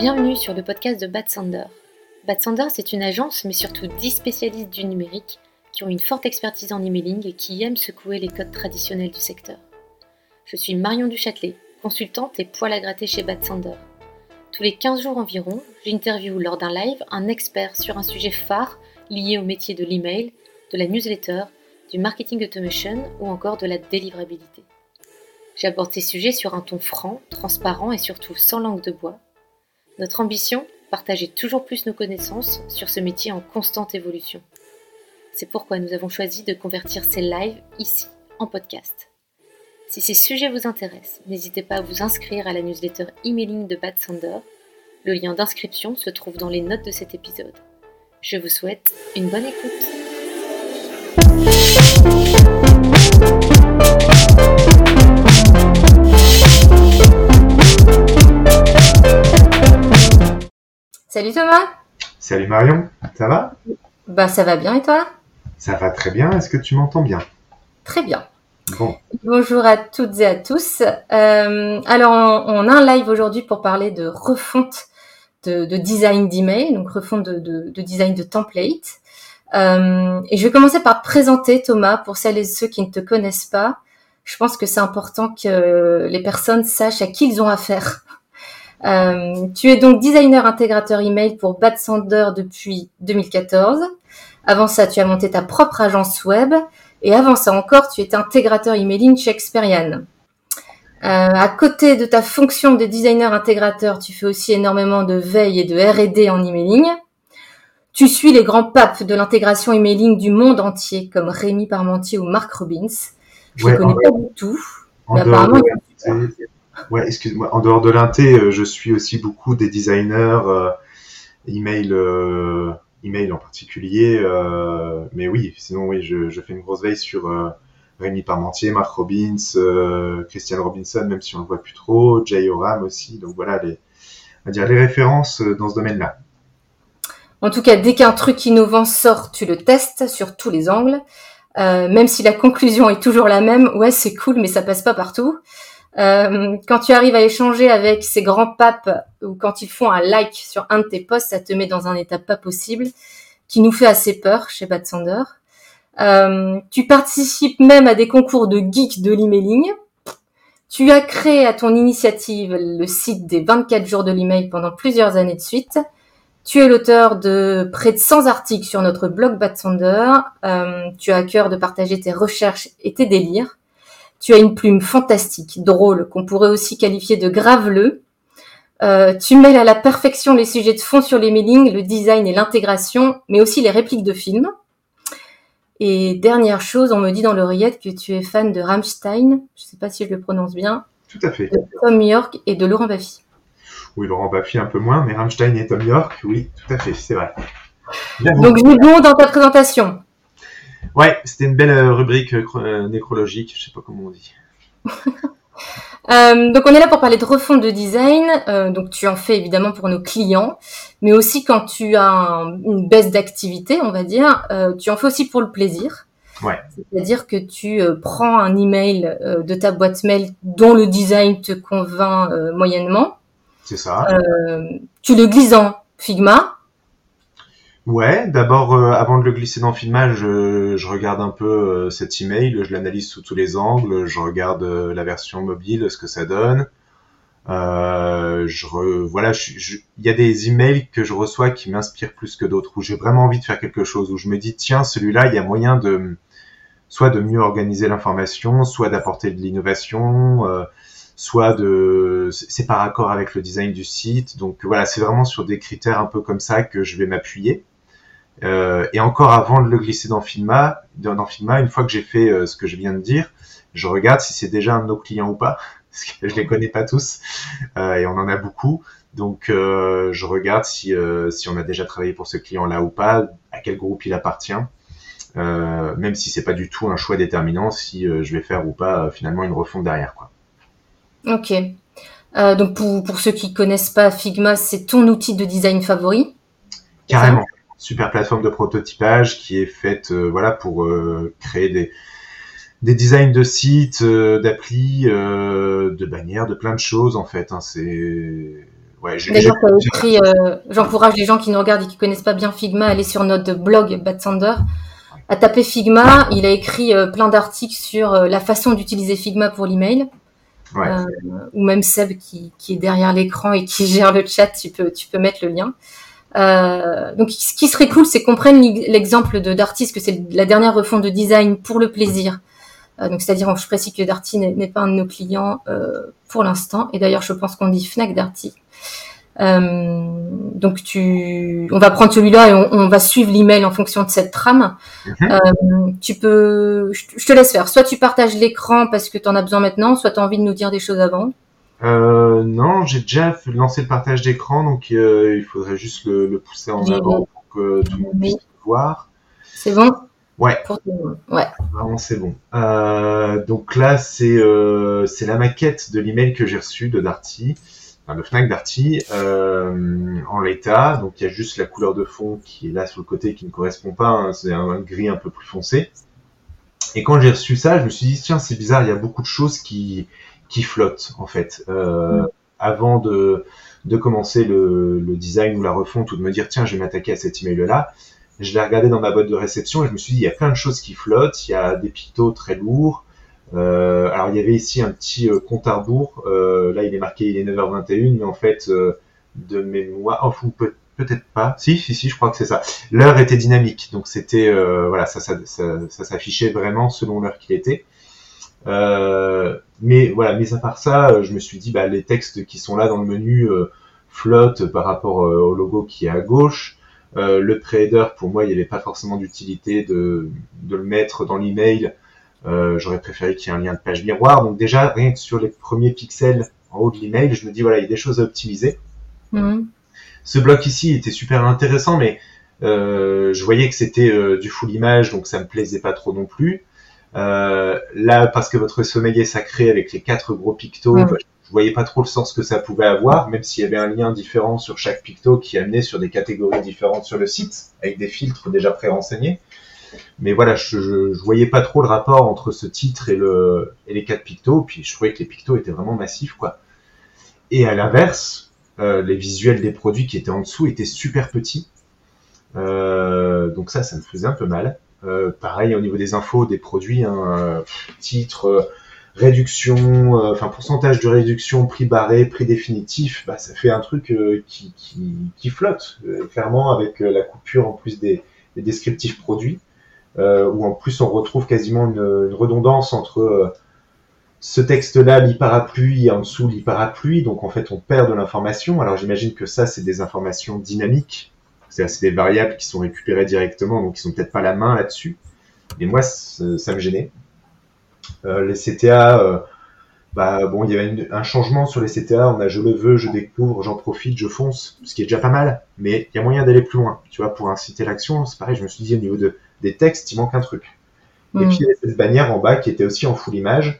Bienvenue sur le podcast de Bad Sander. Bad Sander, c'est une agence, mais surtout 10 spécialistes du numérique qui ont une forte expertise en emailing et qui aiment secouer les codes traditionnels du secteur. Je suis Marion Duchâtelet, consultante et poil à gratter chez Bad Sander. Tous les 15 jours environ, j'interviewe lors d'un live un expert sur un sujet phare lié au métier de l'email, de la newsletter, du marketing automation ou encore de la délivrabilité. J'aborde ces sujets sur un ton franc, transparent et surtout sans langue de bois. Notre ambition, partager toujours plus nos connaissances sur ce métier en constante évolution. C'est pourquoi nous avons choisi de convertir ces lives ici, en podcast. Si ces sujets vous intéressent, n'hésitez pas à vous inscrire à la newsletter emailing de Bad Sander. Le lien d'inscription se trouve dans les notes de cet épisode. Je vous souhaite une bonne écoute. Salut Thomas. Salut Marion, ça va ? Ça va bien et toi ? Ça va très bien, est-ce que tu m'entends bien ? Très bien. Bon. Bonjour à toutes et à tous. Alors on a un live aujourd'hui pour parler de refonte de design d'email, donc refonte de design de template. Et je vais commencer par présenter Thomas pour celles et ceux qui ne te connaissent pas. Je pense que c'est important que les personnes sachent à qui ils ont affaire. Tu es donc designer intégrateur email pour Bad Sander depuis 2014. Avant ça, tu as monté ta propre agence web. Et avant ça encore, tu étais intégrateur emailing chez Experian. À côté de ta fonction de designer intégrateur, tu fais aussi énormément de veille et de R&D en emailing. Tu suis les grands papes de l'intégration emailing du monde entier, comme Rémi Parmentier ou Mark Robbins. Je ne connais pas du tout. Mais apparemment, ouais, excuse-moi. En dehors de l'inté, je suis aussi beaucoup des designers email en particulier. Mais oui, sinon oui, je fais une grosse veille sur Rémi Parmentier, Mark Robbins, Christian Robinson, même si on le voit plus trop, Jay Oram aussi. Donc voilà, on va dire les références dans ce domaine-là. En tout cas, dès qu'un truc innovant sort, tu le testes sur tous les angles. Même si la conclusion est toujours la même, ouais, c'est cool, mais ça passe pas partout. Quand tu arrives à échanger avec ces grands papes ou quand ils font un like sur un de tes posts, ça te met dans un état pas possible qui nous fait assez peur chez Bad Sander. Tu participes même à des concours de geeks de l'emailing. Tu as créé à ton initiative le site des 24 jours de l'email pendant plusieurs années de suite. Tu es l'auteur de près de 100 articles sur notre blog Bad Sander. Tu as à cœur de partager tes recherches et tes délires. Tu as une plume fantastique, drôle, qu'on pourrait aussi qualifier de graveleux. Tu mêles à la perfection les sujets de fond sur l'emailing, le design et l'intégration, mais aussi les répliques de films. Et dernière chose, on me dit dans l'oreillette que tu es fan de Rammstein, je ne sais pas si je le prononce bien. Tout à fait. De Tom York et de Laurent Baffy. Oui, Laurent Baffy un peu moins, mais Rammstein et Tom York, oui, tout à fait, c'est vrai. Donc j'ai bon dans ta présentation. Ouais, c'était une belle rubrique nécrologique, je sais pas comment on dit. Donc on est là pour parler de refonte de design. Donc tu en fais évidemment pour nos clients, mais aussi quand tu as une baisse d'activité, on va dire, tu en fais aussi pour le plaisir. Ouais. C'est-à-dire que tu prends un email de ta boîte mail dont le design te convainc moyennement. C'est ça. Tu le glisses en Figma. Ouais, d'abord, avant de le glisser dans Figma, je regarde un peu cet email, je l'analyse sous tous les angles, je regarde la version mobile, ce que ça donne. Il y a des emails que je reçois qui m'inspirent plus que d'autres, où j'ai vraiment envie de faire quelque chose, où je me dis, tiens, celui-là, il y a moyen soit de mieux organiser l'information, soit d'apporter de l'innovation, c'est par accord avec le design du site. Donc voilà, c'est vraiment sur des critères un peu comme ça que je vais m'appuyer. Et encore avant de le glisser dans Figma, une fois que j'ai fait ce que je viens de dire, je regarde si c'est déjà un de nos clients ou pas, parce que je les connais pas tous, et on en a beaucoup. Donc je regarde si on a déjà travaillé pour ce client-là ou pas, à quel groupe il appartient, même si c'est pas du tout un choix déterminant si je vais faire ou pas finalement une refonte derrière, quoi. Ok. Donc pour ceux qui connaissent pas Figma, c'est ton outil de design favori ? Carrément. Super plateforme de prototypage qui est faite pour créer des designs de sites, d'applis, de bannières, de plein de choses en fait. Ouais, D'ailleurs, tu as écrit, j'encourage les gens qui nous regardent et qui connaissent pas bien Figma à aller sur notre blog Bad Sander, à taper Figma. Il a écrit plein d'articles sur la façon d'utiliser Figma pour l'email. Ouais. Ou même Seb qui est derrière l'écran et qui gère le chat, tu peux mettre le lien. Donc, ce qui serait cool, c'est qu'on prenne l'exemple d'Darty, que c'est la dernière refonte de design pour le plaisir. Donc, c'est-à-dire, je précise que Darty n'est pas un de nos clients pour l'instant. Et d'ailleurs, je pense qu'on dit Fnac Darty. Donc, on va prendre celui-là et on va suivre l'email en fonction de cette trame. Je te laisse faire. Soit tu partages l'écran parce que tu en as besoin maintenant, soit tu as envie de nous dire des choses avant. Non, j'ai déjà lancé le partage d'écran, donc il faudrait juste le pousser en avant pour que tout le monde puisse le voir. C'est bon? Ouais. Pour tout le monde. Ouais. Vraiment, c'est bon. Donc là, c'est la maquette de l'email que j'ai reçu de Darty, enfin de Fnac Darty, en l'état. Donc il y a juste la couleur de fond qui est là sur le côté qui ne correspond pas. Hein, c'est un gris un peu plus foncé. Et quand j'ai reçu ça, je me suis dit tiens, c'est bizarre, il y a beaucoup de choses qui flottent en fait. Avant de commencer le design ou la refonte ou de me dire tiens, je vais m'attaquer à cet email-là. Je l'ai regardé dans ma boîte de réception et je me suis dit, il y a plein de choses qui flottent. Il y a des pictos très lourds. Alors, il y avait ici un petit compte à rebours. Là, il est marqué, il est 9h21, mais en fait, de mémoire, ou peut-être pas. Si, je crois que c'est ça. L'heure était dynamique. Donc, c'était, voilà, ça s'affichait vraiment selon l'heure qu'il était. Mais voilà, mis à part ça, je me suis dit, bah, les textes qui sont là dans le menu flottent par rapport au logo qui est à gauche. Le pre-header, pour moi, il n'y avait pas forcément d'utilité de le mettre dans l'email. J'aurais préféré qu'il y ait un lien de page miroir. Donc déjà, rien que sur les premiers pixels en haut de l'email, je me dis, voilà, il y a des choses à optimiser. Ce bloc ici était super intéressant, mais je voyais que c'était du full image, donc ça me plaisait pas trop non plus. Là, parce que votre sommeil est sacré avec les 4 gros pictos, je voyais pas trop le sens que ça pouvait avoir, même s'il y avait un lien différent sur chaque picto qui amenait sur des catégories différentes sur le site, avec des filtres déjà pré-renseignés. Mais voilà, je voyais pas trop le rapport entre ce titre et les 4 pictos, puis je trouvais que les pictos étaient vraiment massifs, quoi. Et à l'inverse, les visuels des produits qui étaient en dessous étaient super petits. Donc ça me faisait un peu mal. Pareil, au niveau des infos, des produits, titre... réduction, enfin pourcentage de réduction, prix barré, prix définitif, bah ça fait un truc qui flotte clairement avec la coupure en plus des descriptifs produits, où en plus on retrouve quasiment une redondance entre ce texte-là, l'e-parapluie, et en dessous l'e-parapluie, donc en fait on perd de l'information. Alors j'imagine que ça c'est des informations dynamiques, c'est des variables qui sont récupérées directement, donc ils sont peut-être pas la main là-dessus. Mais moi ça me gênait. Les CTA, bon, il y avait un changement sur les CTA. On a je le veux, je découvre, j'en profite, je fonce, ce qui est déjà pas mal. Mais il y a moyen d'aller plus loin. Tu vois, pour inciter l'action, c'est pareil. Je me suis dit au niveau des textes, il manque un truc. Et puis il y avait cette bannière en bas qui était aussi en full image.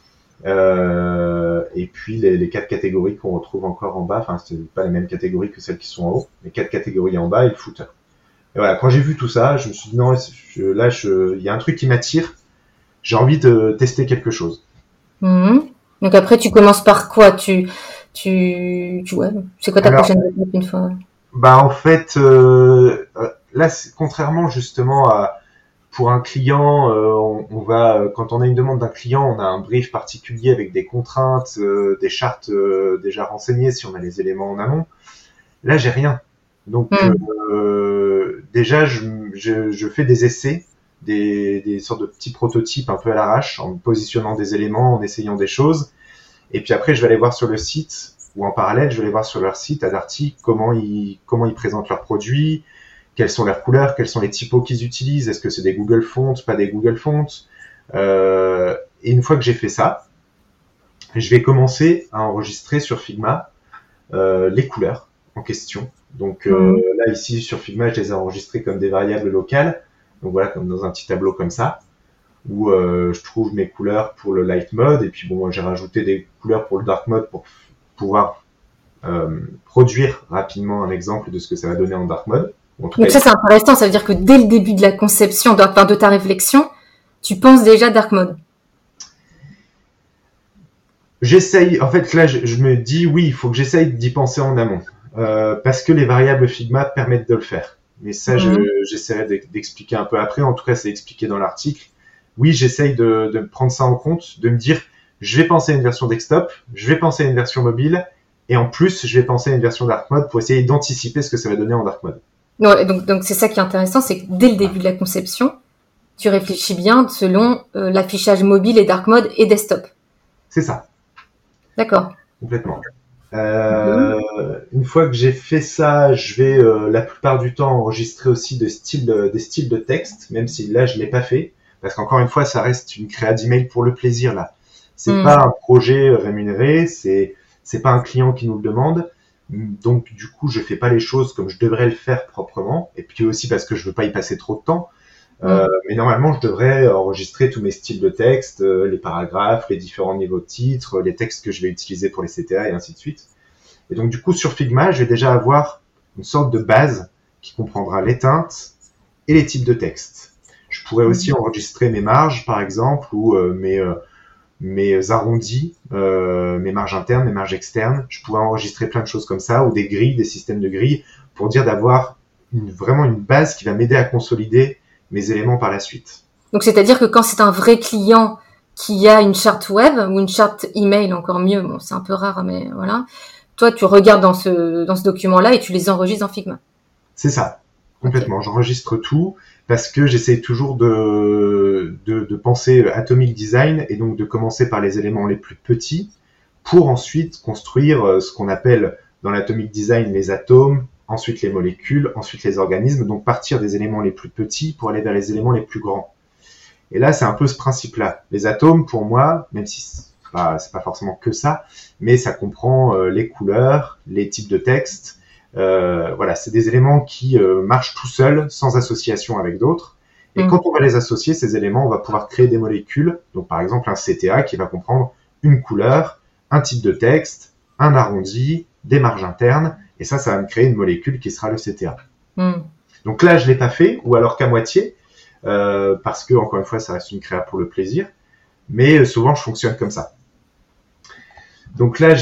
Et puis les 4 catégories qu'on retrouve encore en bas. Enfin, c'est pas les mêmes catégories que celles qui sont en haut. Mais 4 catégories en bas et le footer. Et voilà. Quand j'ai vu tout ça, je me suis dit non, il y a un truc qui m'attire. J'ai envie de tester quelque chose. Donc après, tu commences par quoi? Ouais. C'est quoi ta prochaine étape une fois? Bah en fait, là, contrairement justement pour un client, on va quand on a une demande d'un client, on a un brief particulier avec des contraintes, des chartes déjà renseignées si on a les éléments en amont. Là, j'ai rien. Donc déjà, je fais des essais. Des sortes de petits prototypes un peu à l'arrache, en positionnant des éléments, en essayant des choses. Et puis après, je vais aller voir sur le site, ou en parallèle, je vais aller voir sur leur site, à Darty, comment ils présentent leurs produits, quelles sont leurs couleurs, quels sont les typos qu'ils utilisent, est-ce que c'est des Google Fonts, pas des Google Fonts. Et une fois que j'ai fait ça, je vais commencer à enregistrer sur Figma les couleurs en question. Donc là, ici, sur Figma, je les ai enregistrées comme des variables locales. Donc voilà, comme dans un petit tableau comme ça, où je trouve mes couleurs pour le light mode, et puis bon, j'ai rajouté des couleurs pour le dark mode pour pouvoir produire rapidement un exemple de ce que ça va donner en dark mode. Donc ça c'est intéressant, ça veut dire que dès le début de la conception, de ta réflexion, tu penses déjà dark mode. J'essaye, en fait, là, je me dis, oui, il faut que j'essaye d'y penser en amont, parce que les variables Figma permettent de le faire. Mais ça, Mhm. j'essaierai d'expliquer un peu après. En tout cas, c'est expliqué dans l'article. Oui, j'essaye de prendre ça en compte, de me dire, je vais penser à une version desktop, je vais penser à une version mobile, et en plus, je vais penser à une version dark mode pour essayer d'anticiper ce que ça va donner en dark mode. Ouais, donc c'est ça qui est intéressant, c'est que dès le début de la conception, tu réfléchis bien selon l'affichage mobile et dark mode et desktop. C'est ça, D'accord. complètement. Mhm. Une fois que j'ai fait ça, je vais la plupart du temps enregistrer aussi des styles de texte, même si là je l'ai pas fait, parce qu'encore une fois, ça reste une créa d'email pour le plaisir là. C'est pas Mhm. un projet rémunéré, c'est pas un client qui nous le demande, donc du coup je fais pas les choses comme je devrais le faire proprement, et puis aussi parce que je veux pas y passer trop de temps. Mhm. Mais normalement, je devrais enregistrer tous mes styles de texte, les paragraphes, les différents niveaux de titres, les textes que je vais utiliser pour les CTA et ainsi de suite. Et donc du coup sur Figma, je vais déjà avoir une sorte de base qui comprendra les teintes et les types de texte. Je pourrais aussi Mhm. enregistrer mes marges par exemple ou mes arrondis, mes marges internes, mes marges externes. Je pourrais enregistrer plein de choses comme ça ou des grilles, des systèmes de grilles pour dire d'avoir vraiment une base qui va m'aider à consolider mes éléments par la suite. Donc c'est-à-dire que quand c'est un vrai client qui a une charte web ou une charte email, encore mieux, bon c'est un peu rare, mais voilà. Toi, tu regardes dans ce document-là et tu les enregistres dans Figma. C'est ça, Ok. complètement. J'enregistre tout parce que j'essaie toujours de penser atomic design et donc de commencer par les éléments les plus petits pour ensuite construire ce qu'on appelle dans l'atomic design les atomes, ensuite les molécules, ensuite les organismes, donc partir des éléments les plus petits pour aller vers les éléments les plus grands. Et là, c'est un peu ce principe-là. Les atomes, pour moi, même si c'est pas forcément que ça, mais ça comprend les couleurs, les types de textes. Voilà, c'est des éléments qui marchent tout seuls, sans association avec d'autres. Et Mhm. quand on va les associer, ces éléments, on va pouvoir créer des molécules. Donc, par exemple, un CTA qui va comprendre une couleur, un type de texte, un arrondi, des marges internes. Et ça va me créer une molécule qui sera le CTA. Mhm. Donc là, je l'ai pas fait, ou alors qu'à moitié, parce que encore une fois, ça reste une créa pour le plaisir. Mais souvent, je fonctionne comme ça. Donc là,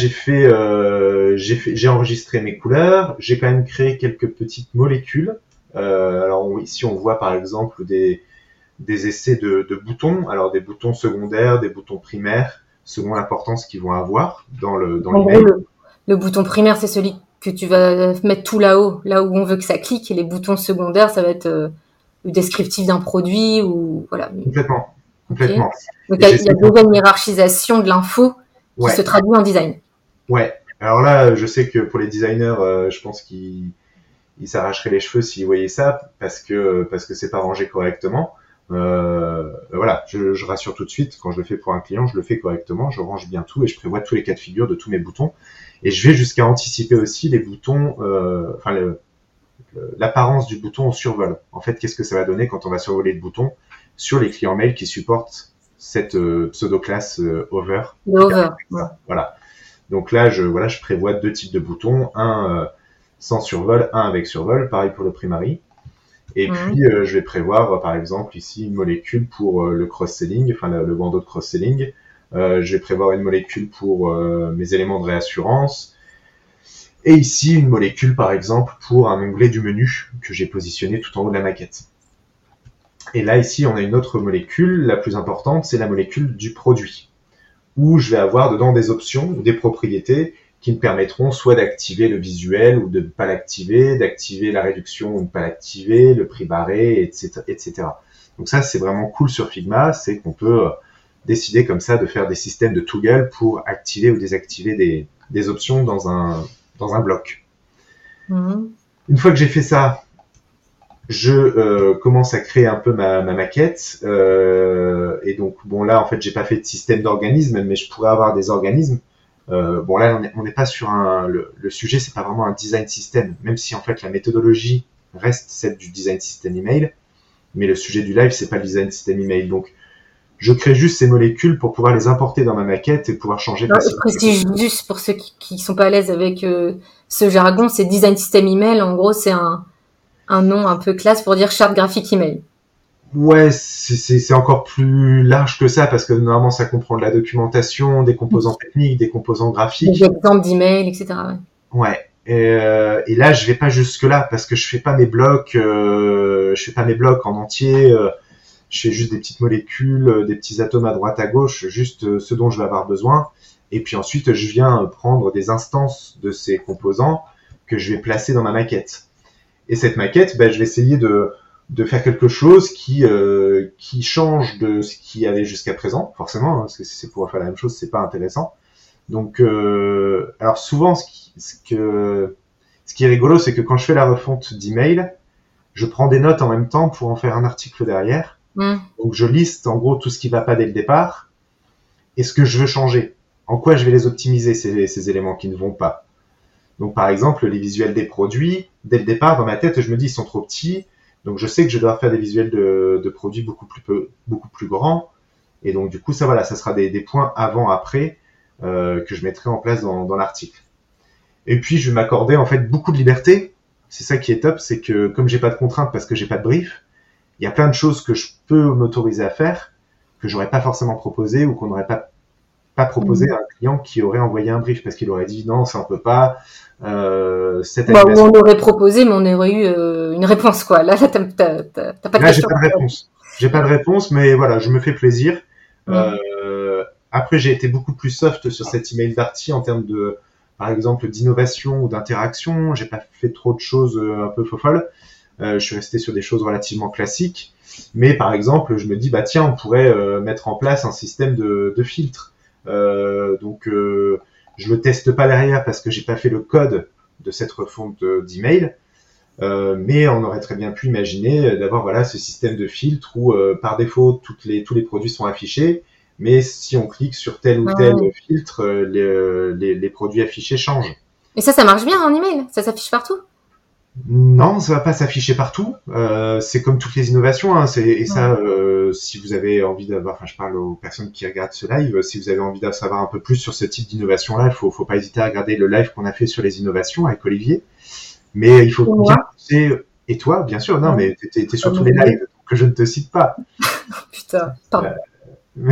j'ai enregistré mes couleurs. J'ai quand même créé quelques petites molécules. Alors ici, on voit par exemple des essais de boutons. Alors des boutons secondaires, des boutons primaires, selon l'importance qu'ils vont avoir dans En gros, l'email. le bouton primaire, c'est celui que tu vas mettre tout là-haut, là où on veut que ça clique, et les boutons secondaires, ça va être le descriptif d'un produit ou voilà. Complètement, Ok. complètement. Donc Et il y j'essaie a déjà une hiérarchisation de l'info qui se ouais, traduit en design. ouais. Alors là, je sais que pour les designers, je pense qu'ils s'arracheraient les cheveux s'ils voyaient ça parce que c'est pas rangé correctement. Voilà, je rassure tout de suite, quand je le fais pour un client, je le fais correctement, je range bien tout et je prévois tous les cas de figure de tous mes boutons. Et je vais jusqu'à anticiper aussi les boutons, l'apparence du bouton au survol. En fait, qu'est-ce que ça va donner quand on va survoler le bouton sur les clients mail qui supportent cette pseudo-classe over Le qui permet over. de faire Ouais. ça. Voilà. Donc là, je prévois deux types de boutons, un sans survol, un avec survol, pareil pour le primary. Et Mhm. puis, je vais prévoir, par exemple, ici, une molécule pour le cross-selling, enfin le bandeau de cross-selling. Je vais prévoir une molécule pour mes éléments de réassurance. Et ici, une molécule, par exemple, pour un onglet du menu que j'ai positionné tout en haut de la maquette. Et là, ici, on a une autre molécule, la plus importante, c'est la molécule du produit, où je vais avoir dedans des options ou des propriétés qui me permettront soit d'activer le visuel ou de ne pas l'activer, d'activer la réduction ou de ne pas l'activer, le prix barré, etc., etc. Donc ça, c'est vraiment cool sur Figma, c'est qu'on peut décider comme ça de faire des systèmes de toggle pour activer ou désactiver des options dans un bloc. Mhm. Une fois que j'ai fait ça, je commence à créer un peu ma maquette. Et donc, bon, là, en fait, j'ai pas fait de système d'organisme, mais je pourrais avoir des organismes. Bon, là, on n'est pas sur le sujet, c'est pas vraiment un design system, même si en fait la méthodologie reste celle du design system email, mais le sujet du live, c'est pas le design system email. Donc, je crée juste ces molécules pour pouvoir les importer dans ma maquette et pouvoir changer Alors, je facilement. précise juste pour ceux qui sont pas à l'aise avec ce jargon, c'est design system email. En gros, c'est un nom un peu classe pour dire charte graphique email. Ouais, c'est encore plus large que ça parce que normalement ça comprend de la documentation, des composants techniques, des composants Des graphiques. exemples d'emails, etc. Ouais. Ouais. Et là, je vais pas jusque là parce que je fais pas mes blocs en entier. Je fais juste des petites molécules, des petits atomes à droite à gauche, juste ce dont je vais avoir besoin. Et puis ensuite, je viens prendre des instances de ces composants que je vais placer dans ma maquette. Et cette maquette, ben, je vais essayer de faire quelque chose qui change de ce qu'il y avait jusqu'à présent, forcément, hein, parce que si c'est pour faire la même chose, c'est pas intéressant. Donc, alors souvent, ce qui est rigolo, c'est que quand je fais la refonte d'email, je prends des notes en même temps pour en faire un article derrière. Mm. Donc, je liste en gros tout ce qui va pas dès le départ et ce que je veux changer. En quoi je vais les optimiser, ces éléments qui ne vont pas. Donc, par exemple, les visuels des produits, dès le départ, dans ma tête, je me dis, ils sont trop petits. Donc, je sais que je dois faire des visuels de produits beaucoup plus grands. Et donc, du coup, ça, voilà, ça sera des points avant-après que je mettrai en place dans l'article. Et puis, je vais m'accorder, en fait, beaucoup de liberté. C'est ça qui est top, c'est que comme j'ai pas de contraintes parce que j'ai pas de brief, il y a plein de choses que je peux m'autoriser à faire que j'aurais pas forcément proposé ou qu'on n'aurait pas proposé Mm. à un client qui aurait envoyé un brief parce qu'il aurait dit non, ça on peut pas. Cette Bah, où animation. on aurait proposé, mais on aurait eu une réponse, quoi. Là, t'as pas de Là, j'ai question. pas de réponse. J'ai pas de réponse, mais voilà, je me fais plaisir. Mm. Après, j'ai été beaucoup plus soft sur cet email d'Arty en termes de, par exemple, d'innovation ou d'interaction. J'ai pas fait trop de choses un peu folles. Je suis resté sur des choses relativement classiques. Mais par exemple, je me dis, bah tiens, on pourrait mettre en place un système de filtre. Donc, je le teste pas derrière parce que j'ai pas fait le code de cette refonte d'email. Mais on aurait très bien pu imaginer d'avoir voilà ce système de filtre où par défaut tous les produits sont affichés, mais si on clique sur tel ou Ah tel ouais. filtre, les produits affichés changent. Et ça marche bien en email. Ça s'affiche partout. Non, ça va pas s'afficher partout. C'est comme toutes les innovations, hein, et ça, Ouais. si vous avez envie d'avoir, enfin, je parle aux personnes qui regardent ce live, si vous avez envie d'en savoir un peu plus sur ce type d'innovation-là, faut pas hésiter à regarder le live qu'on a fait sur les innovations avec Olivier. Mais il faut Et bien moi, penser, et toi, bien sûr, non, ouais, mais t'es sur comme tous les Olivier. lives, que je ne te cite pas. Putain, pardon. Mais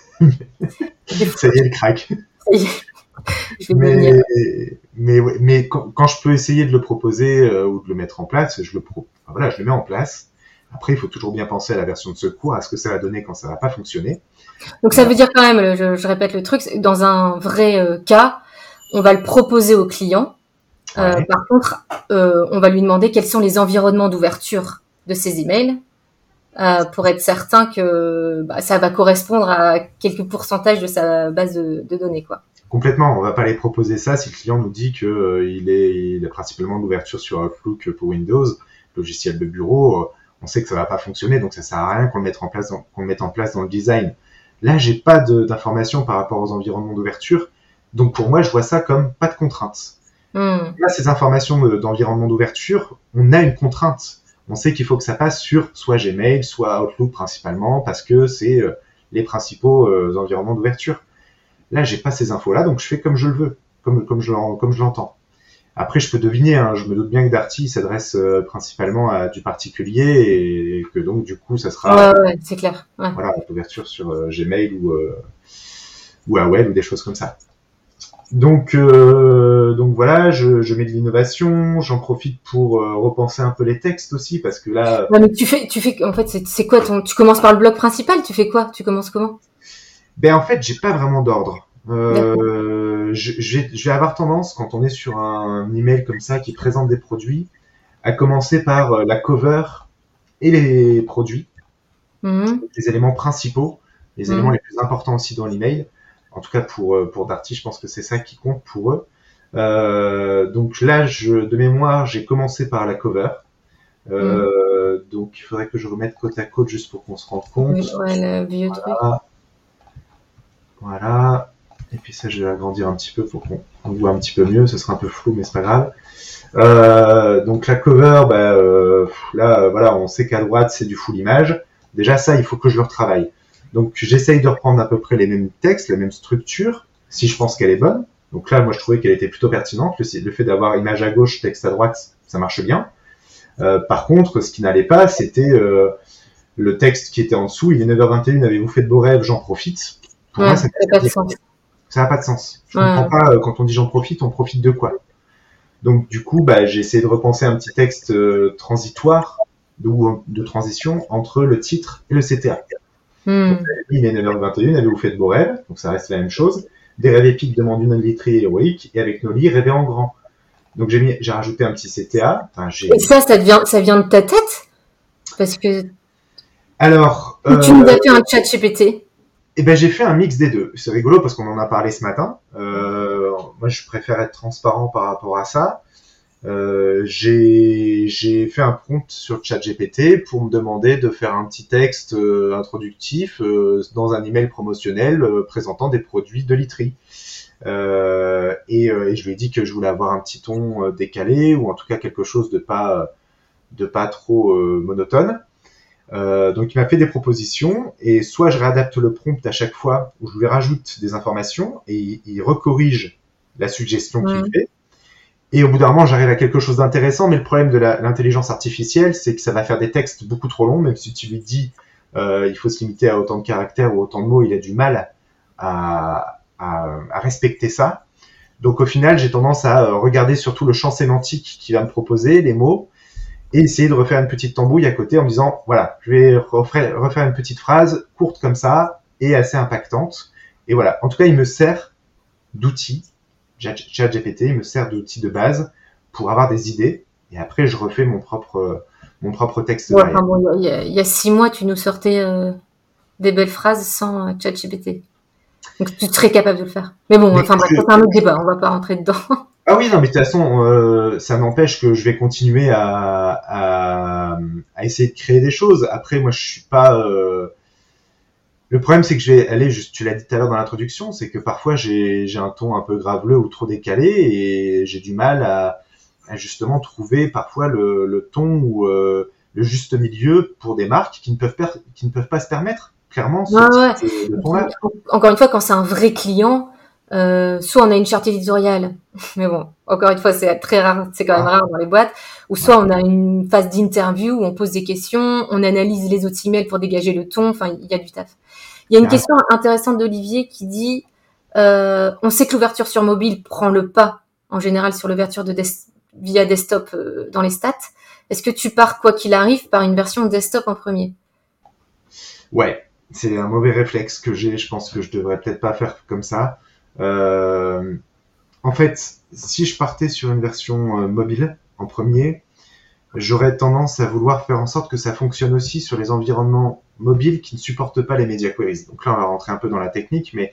J'ai ça y est, le crack. Ça y est, je vais Mais, devenir. mais quand je peux essayer de le proposer ou de le mettre en place, enfin, voilà, je le mets en place. Après, il faut toujours bien penser à la version de secours, à ce que ça va donner quand ça va pas fonctionner. Donc ça veut dire quand même, je répète le truc, dans un vrai cas, on va le proposer au client. Ouais, Par contre, on va lui demander quels sont les environnements d'ouverture de ses emails pour être certain que bah, ça va correspondre à quelques pourcentages de sa base de données, quoi. complètement. On va pas les proposer ça si le client nous dit que il a principalement d'ouverture sur Outlook pour Windows, logiciel de bureau. On sait que ça va pas fonctionner, donc ça sert à rien qu'on le mette en place qu'on le mette en place dans le design. Là, j'ai pas d'informations par rapport aux environnements d'ouverture, donc pour moi, je vois ça comme pas de contraintes. Hmm. Là, ces informations d'environnement d'ouverture, on a une contrainte. On sait qu'il faut que ça passe sur soit Gmail, soit Outlook principalement, parce que c'est les principaux environnements d'ouverture. Là, j'ai pas ces infos-là, donc je fais comme je le veux, comme je l'entends. Après, je peux deviner, hein, je me doute bien que Darty s'adresse principalement à du particulier et que donc du coup, ça sera Ouais, c'est clair. Ouais. voilà l'ouverture sur Gmail ou AOL ou des choses comme ça. Donc voilà, je mets de l'innovation, j'en profite pour repenser un peu les textes aussi parce que là, Ouais, mais en fait, c'est quoi tu commences par le bloc principal, tu fais quoi? Tu commences comment? ben en fait, j'ai pas vraiment d'ordre. D'accord. Je vais avoir tendance quand on est sur un email comme ça qui présente des produits à commencer par la cover et les produits, Mhm. les éléments principaux, les éléments Mhm. les plus importants aussi dans l'email. En tout cas pour Darty, je pense que c'est ça qui compte pour eux. Donc là, de mémoire, j'ai commencé par la cover. Mhm. Donc il faudrait que je remette côte à côte juste pour qu'on se rende compte. Oui, ouais, le vieux truc. Voilà, voilà. Et puis ça, je vais agrandir un petit peu pour qu'on voit un petit peu mieux. Ce sera un peu flou, mais c'est pas grave. Donc la cover, bah, là, voilà, on sait qu'à droite c'est du full image. Déjà ça, il faut que je le retravaille. Donc j'essaye de reprendre à peu près les mêmes textes, les mêmes structures, si je pense qu'elle est bonne. Donc là, moi je trouvais qu'elle était plutôt pertinente. Le fait d'avoir image à gauche, texte à droite, ça marche bien. Par contre, ce qui n'allait pas, c'était le texte qui était en dessous, il est 9h21, avez-vous fait de beaux rêves, j'en profite. Pour moi, ça n'a pas de sens. Ça n'a pas de sens. Je comprends pas, quand on dit j'en profite, on profite de quoi? Donc, du coup, j'ai essayé de repenser un petit texte transitoire ou de transition entre le titre et le CTA. Donc, il est 9h21, avez-vous fait de beaux rêves? Donc, ça reste la même chose. Des rêves épiques demandent une literie héroïque, et avec nos lits, rêver en grand. Donc, j'ai rajouté un petit CTA. Et ça vient de ta tête? Parce que. Alors. Tu nous as fait un chat GPT. J'ai fait un mix des deux. C'est rigolo parce qu'on en a parlé ce matin. Moi, je préfère être transparent par rapport à ça. J'ai fait un prompt sur ChatGPT pour me demander de faire un petit texte introductif dans un email promotionnel présentant des produits de literie. Et je lui ai dit que je voulais avoir un petit ton décalé ou en tout cas quelque chose de pas trop monotone. Donc il m'a fait des propositions et soit je réadapte le prompt à chaque fois où je lui rajoute des informations et il recorrige la suggestion qu'il fait. Et au bout d'un moment, j'arrive à quelque chose d'intéressant, mais le problème de l'intelligence artificielle, c'est que ça va faire des textes beaucoup trop longs, même si tu lui dis il faut se limiter à autant de caractères ou autant de mots, il a du mal à respecter ça. Donc au final, j'ai tendance à regarder surtout le champ sémantique qu'il va me proposer, les mots, et essayer de refaire une petite tambouille à côté en me disant, voilà, je vais refaire une petite phrase courte comme ça et assez impactante. Et voilà, en tout cas, il me sert d'outil. ChatGPT, il me sert d'outil de base pour avoir des idées. Et après, je refais mon propre texte. Ouais, il y a 6 mois, tu nous sortais des belles phrases sans ChatGPT. Donc, tu serais capable de le faire. Mais bon, c'est un autre débat. On va pas rentrer dedans. Ah oui, non, mais de toute façon, ça n'empêche que je vais continuer à essayer de créer des choses. Après, moi, je suis pas... Le problème, c'est que je vais aller, tu l'as dit tout à l'heure dans l'introduction, c'est que parfois, j'ai un ton un peu graveleux ou trop décalé et j'ai du mal à justement trouver parfois le ton ou le juste milieu pour des marques qui ne peuvent pas se permettre, clairement, ce ton-là. Encore une fois, quand c'est un vrai client... soit on a une charte éditoriale, mais bon, encore une fois, c'est très rare, c'est quand même rare dans les boîtes, ou soit on a une phase d'interview où on pose des questions, on analyse les autres emails pour dégager le ton, enfin, il y a du taf. Il y a une question intéressante d'Olivier qui dit on sait que l'ouverture sur mobile prend le pas, en général, sur l'ouverture via desktop dans les stats. Est-ce que tu pars, quoi qu'il arrive, par une version desktop en premier? Ouais, c'est un mauvais réflexe que j'ai, je pense que je devrais peut-être pas faire comme ça. En fait, si je partais sur une version mobile en premier, j'aurais tendance à vouloir faire en sorte que ça fonctionne aussi sur les environnements mobiles qui ne supportent pas les media queries. Donc là, on va rentrer un peu dans la technique, mais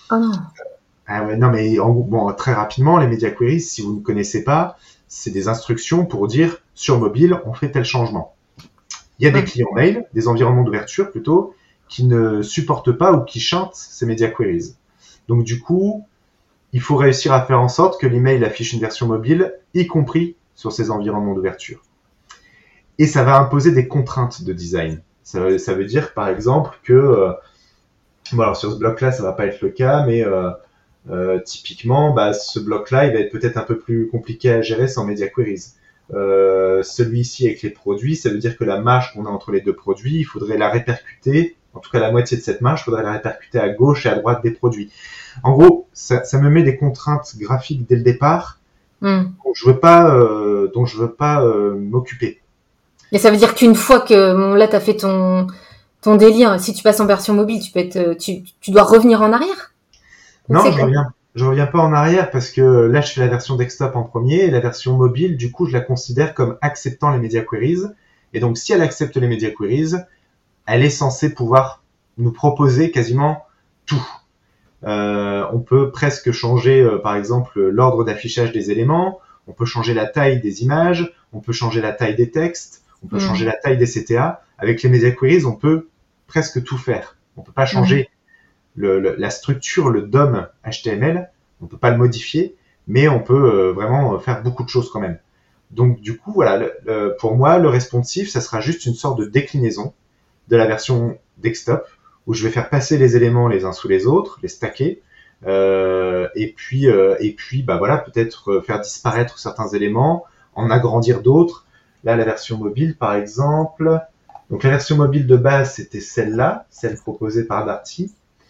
très rapidement, les media queries, si vous ne connaissez pas, c'est des instructions pour dire sur mobile, on fait tel changement. Il y a des clients mail, des environnements d'ouverture plutôt, qui ne supportent pas ou qui chantent ces media queries. Donc du coup, il faut réussir à faire en sorte que l'email affiche une version mobile, y compris sur ces environnements d'ouverture. Et ça va imposer des contraintes de design. Ça veut dire, par exemple, que... alors sur ce bloc-là, ça va pas être le cas, mais typiquement, ce bloc-là, il va être peut-être un peu plus compliqué à gérer sans media queries. Celui-ci avec les produits, ça veut dire que la marge qu'on a entre les deux produits, il faudrait la répercuter, en tout cas la moitié de cette marge, il faudrait la répercuter à gauche et à droite des produits. En gros, ça me met des contraintes graphiques dès le départ dont je veux pas m'occuper. Et ça veut dire qu'une fois que là, tu as fait ton délire, si tu passes en version mobile, tu dois revenir en arrière? Non, je reviens pas en arrière parce que là, je fais la version desktop en premier et la version mobile, du coup, je la considère comme acceptant les media queries. Et donc, si elle accepte les media queries, elle est censée pouvoir nous proposer quasiment tout. On peut presque changer, par exemple, l'ordre d'affichage des éléments, on peut changer la taille des images, on peut changer la taille des textes, on peut changer la taille des CTA. Avec les media queries, on peut presque tout faire. On peut pas changer la structure, le DOM HTML, on peut pas le modifier, mais on peut vraiment faire beaucoup de choses quand même. Donc du coup, voilà, pour moi, le responsive, ça sera juste une sorte de déclinaison de la version desktop, où je vais faire passer les éléments les uns sous les autres, les stacker, et puis voilà, peut-être faire disparaître certains éléments, en agrandir d'autres. Là, la version mobile, par exemple, Donc la version mobile de base, c'était celle-là, celle proposée par Darty.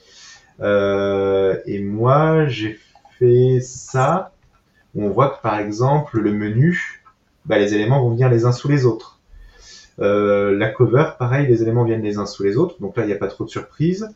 Et moi, j'ai fait ça, où on voit que par exemple, le menu, les éléments vont venir les uns sous les autres. La cover, pareil, les éléments viennent les uns sous les autres, donc là, il n'y a pas trop de surprises.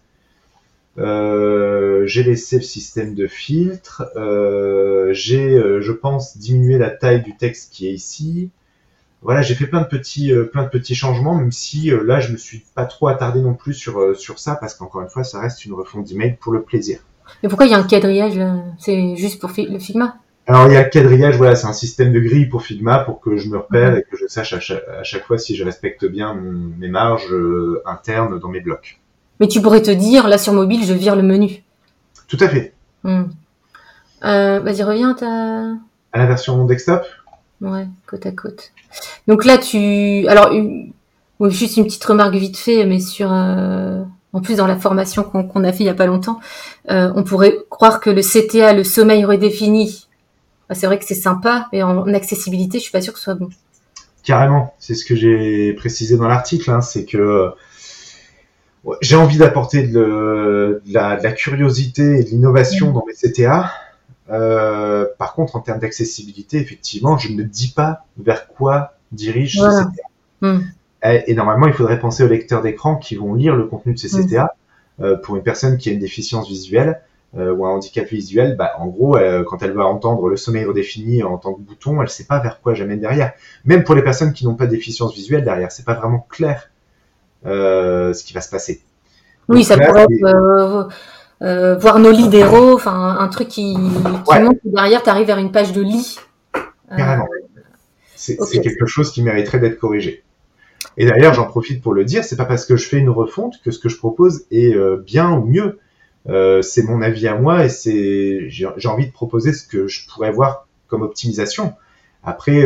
J'ai laissé le système de filtre. J'ai, je pense, diminué la taille du texte qui est ici. Voilà, j'ai fait plein de petits changements, même si là, je me suis pas trop attardé non plus sur ça, parce qu'encore une fois, ça reste une refonte d'email pour le plaisir. Mais pourquoi il y a un quadrillage? C'est juste pour le Figma? Alors, il y a le quadrillage, voilà, c'est un système de grille pour Figma, pour que je me repère et que je sache à chaque fois si je respecte bien mes marges internes dans mes blocs. Mais tu pourrais te dire, là sur mobile, je vire le menu. Tout à fait. Vas-y, reviens à la version desktop. Ouais, côte à côte. Donc là, alors, juste une petite remarque vite fait, mais en plus dans la formation qu'on a fait il y a pas longtemps, on pourrait croire que le CTA, le sommeil redéfini, c'est vrai que c'est sympa, mais en accessibilité, je suis pas sûre que ce soit bon. Carrément, c'est ce que j'ai précisé dans l'article, c'est que j'ai envie d'apporter de la curiosité et de l'innovation dans mes CTA. Par contre, en termes d'accessibilité, effectivement, je ne dis pas vers quoi dirige ce CTA. Et normalement, il faudrait penser aux lecteurs d'écran qui vont lire le contenu de ces CTA. Pour une personne qui a une déficience visuelle ou un handicap visuel, en gros, quand elle va entendre le sommeil redéfini en tant que bouton, elle sait pas vers quoi j'amène derrière. Même pour les personnes qui n'ont pas de déficience visuelle derrière, c'est pas vraiment clair ce qui va se passer. Oui, donc, ça pourrait être voir nos lits d'héros, enfin un truc qui montre que derrière tu arrives vers une page de lit. Carrément. C'est quelque chose qui mériterait d'être corrigé. Et d'ailleurs, j'en profite pour le dire, c'est pas parce que je fais une refonte que ce que je propose est bien ou mieux. C'est mon avis à moi et j'ai envie de proposer ce que je pourrais voir comme optimisation. Après,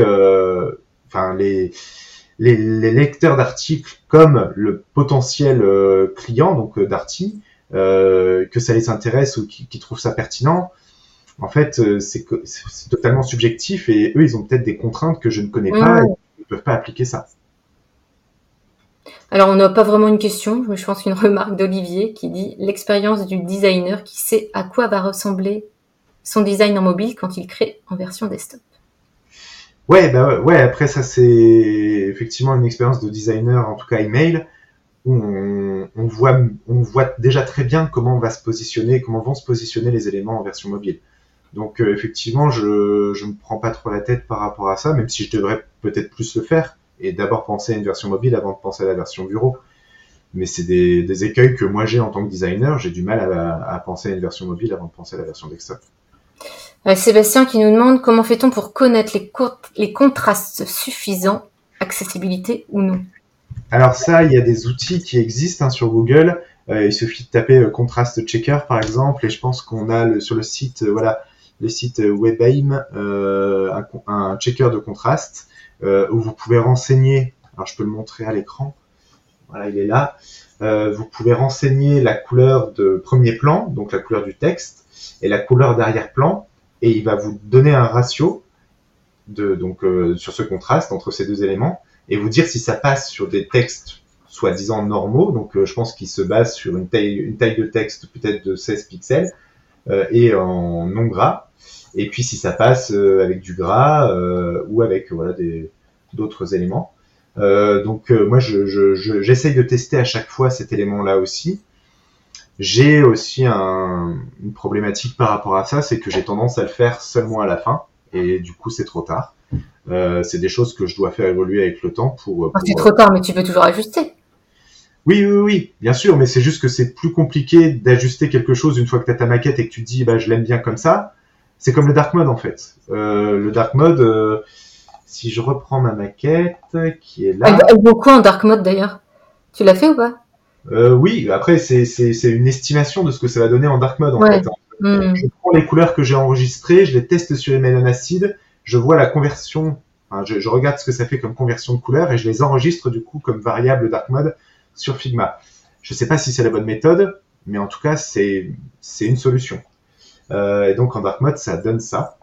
les lecteurs d'articles comme le potentiel client, donc Darty, que ça les intéresse ou qui trouvent ça pertinent, en fait, c'est totalement subjectif et eux, ils ont peut-être des contraintes que je ne connais pas et ils ne peuvent pas appliquer ça. Alors, on n'a pas vraiment une question, mais je pense qu'une remarque d'Olivier qui dit « L'expérience du designer qui sait à quoi va ressembler son design en mobile quand il crée en version desktop. » Ouais, après ça, c'est effectivement une expérience de designer, en tout cas email, où on voit déjà très bien comment vont se positionner les éléments en version mobile. Donc effectivement, je me prends pas trop la tête par rapport à ça, même si je devrais peut-être plus le faire et d'abord penser à une version mobile avant de penser à la version bureau. Mais c'est des écueils que moi j'ai en tant que designer, j'ai du mal à penser à une version mobile avant de penser à la version desktop. Sébastien qui nous demande comment fait-on pour connaître les contrastes suffisants, accessibilité ou non. Alors ça, il y a des outils qui existent sur Google. Il suffit de taper Contrast Checker par exemple, et je pense qu'on a sur le site, le site WebAIM, un checker de contraste où vous pouvez renseigner. Alors je peux le montrer à l'écran. Voilà, il est là. Vous pouvez renseigner la couleur de premier plan, donc la couleur du texte, et la couleur d'arrière-plan, et il va vous donner un ratio sur ce contraste entre ces deux éléments, et vous dire si ça passe sur des textes soi-disant normaux, donc je pense qu'il se base sur une taille de texte peut-être de 16 pixels, et en non gras, et puis si ça passe avec du gras, ou avec d'autres éléments. Moi, j'essaye de tester à chaque fois cet élément-là aussi. J'ai aussi une problématique par rapport à ça, c'est que j'ai tendance à le faire seulement à la fin, et du coup, c'est trop tard. C'est des choses que je dois faire évoluer avec le temps c'est trop tard, mais tu peux toujours ajuster. Oui, bien sûr, mais c'est juste que c'est plus compliqué d'ajuster quelque chose une fois que tu as ta maquette et que tu te dis, je l'aime bien comme ça. C'est comme le dark mode, en fait. Le dark mode... Si je reprends ma maquette, qui est là... Elle vaut quoi en dark mode d'ailleurs? Tu l'as fait ou pas? Oui, après c'est une estimation de ce que ça va donner en dark mode en fait. Je prends les couleurs que j'ai enregistrées, je les teste sur Email on Acid, je vois la conversion, je regarde ce que ça fait comme conversion de couleurs et je les enregistre du coup comme variable dark mode sur Figma. Je sais pas si c'est la bonne méthode, mais en tout cas c'est une solution. Et donc en dark mode ça donne ça.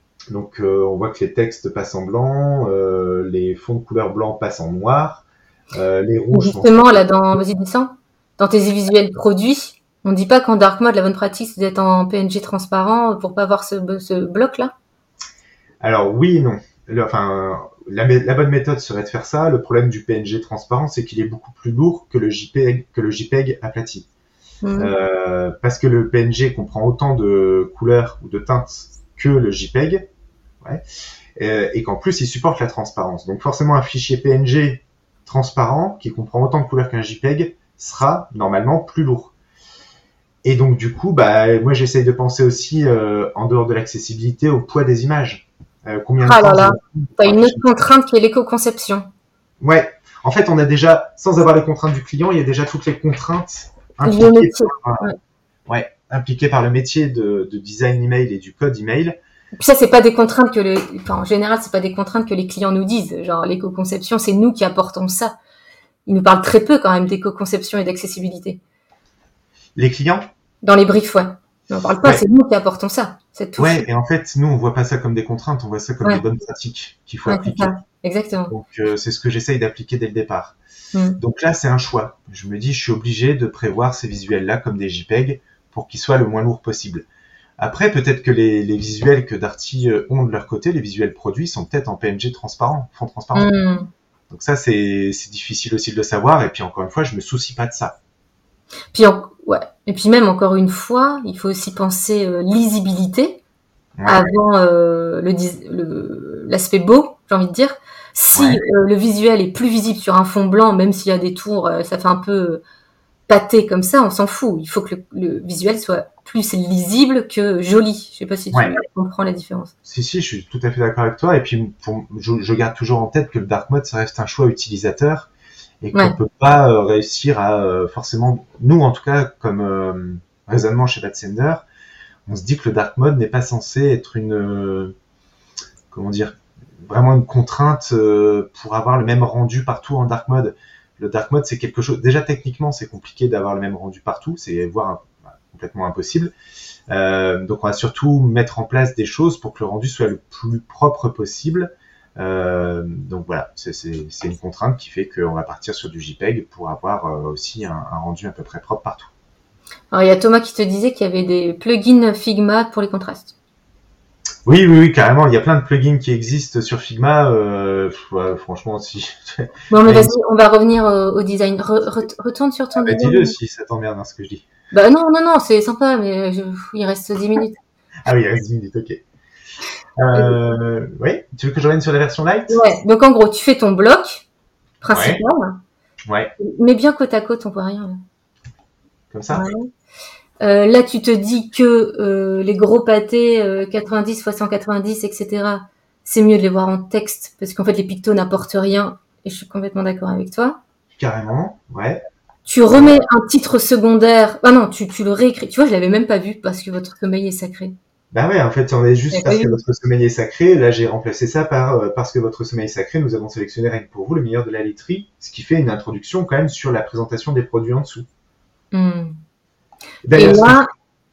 Donc on voit que les textes passent en blanc, les fonds de couleur blanc passent en noir. Les rouges justement, là, vas-y, descends. Dans tes visuels produits, on ne dit pas qu'en dark mode, la bonne pratique, c'est d'être en PNG transparent pour pas avoir ce bloc-là? Alors oui et non. La bonne méthode serait de faire ça. Le problème du PNG transparent, c'est qu'il est beaucoup plus lourd que le JPEG aplati. Parce que le PNG comprend autant de couleurs ou de teintes que le JPEG, et qu'en plus il supporte la transparence. Donc forcément un fichier PNG transparent qui comprend autant de couleurs qu'un JPEG sera normalement plus lourd. Et donc du coup, moi j'essaye de penser aussi en dehors de l'accessibilité au poids des images. Combien de temps t'as une autre contrainte qui est l'éco-conception. Ouais, en fait on a déjà, sans avoir les contraintes du client, il y a déjà toutes les contraintes impliquées par le métier de design email et du code email. Puis ça, c'est pas des contraintes en général, c'est pas des contraintes que les clients nous disent. Genre, l'éco-conception, c'est nous qui apportons ça. Ils nous parlent très peu quand même d'éco-conception et d'accessibilité. Les clients? Dans les briefs, ouais. On n'en parle pas, c'est nous qui apportons ça. Ouais, et en fait, nous, on voit pas ça comme des contraintes, on voit ça comme des bonnes pratiques qu'il faut appliquer. Exactement. Donc, c'est ce que j'essaye d'appliquer dès le départ. Donc là, c'est un choix. Je me dis, je suis obligé de prévoir ces visuels-là comme des JPEG pour qu'ils soient le moins lourds possible. Après, peut-être que les visuels que Darty ont de leur côté, les visuels produits, sont peut-être en PNG transparent, fond transparent. Donc ça, c'est difficile aussi de le savoir. Et puis, encore une fois, je me soucie pas de ça. Puis, et puis même, encore une fois, il faut aussi penser lisibilité avant l'aspect beau, j'ai envie de dire. Si le visuel est plus visible sur un fond blanc, même s'il y a des tours, ça fait un peu pâté comme ça, on s'en fout. Il faut que le visuel soit plus lisible que joli. Je sais pas si tu comprends la différence. Si, je suis tout à fait d'accord avec toi. Et puis, je garde toujours en tête que le dark mode, ça reste un choix utilisateur et qu'on peut pas réussir à forcément, nous en tout cas, comme raisonnement chez Bad Sender, on se dit que le dark mode n'est pas censé être vraiment une contrainte pour avoir le même rendu partout en dark mode. Le dark mode, c'est quelque chose. Déjà techniquement, c'est compliqué d'avoir le même rendu partout, c'est voire complètement impossible. Donc, on va surtout mettre en place des choses pour que le rendu soit le plus propre possible. Donc voilà, c'est une contrainte qui fait qu'on va partir sur du JPEG pour avoir aussi un rendu à peu près propre partout. Alors, il y a Thomas qui te disait qu'il y avait des plugins Figma pour les contrastes. Oui, carrément. Il y a plein de plugins qui existent sur Figma. Franchement, si. Bon, mais vas-y, on va revenir au design. Retourne sur ton design. Dis-le si ça t'emmerde ce que je dis. Non, c'est sympa, mais il reste 10 minutes. Ah oui, il reste 10 minutes, ok. Oui, tu veux que je revienne sur la version light? Ouais, donc en gros, tu fais ton bloc principal. Ouais. Mais bien côte à côte, on voit rien. Là. Comme ça? Là, tu te dis que les gros pâtés 90 x 190, etc., c'est mieux de les voir en texte, parce qu'en fait, les pictos n'apportent rien, et je suis complètement d'accord avec toi. Carrément, ouais. Tu remets un titre secondaire. Ah non, tu le réécris. Tu vois, je l'avais même pas vu, parce que votre sommeil est sacré. Bah ouais, en fait, on est juste parce que votre sommeil est sacré. Là, j'ai remplacé ça par parce que votre sommeil est sacré, nous avons sélectionné rien que pour vous le meilleur de la laiterie, ce qui fait une introduction quand même sur la présentation des produits en dessous. Et là,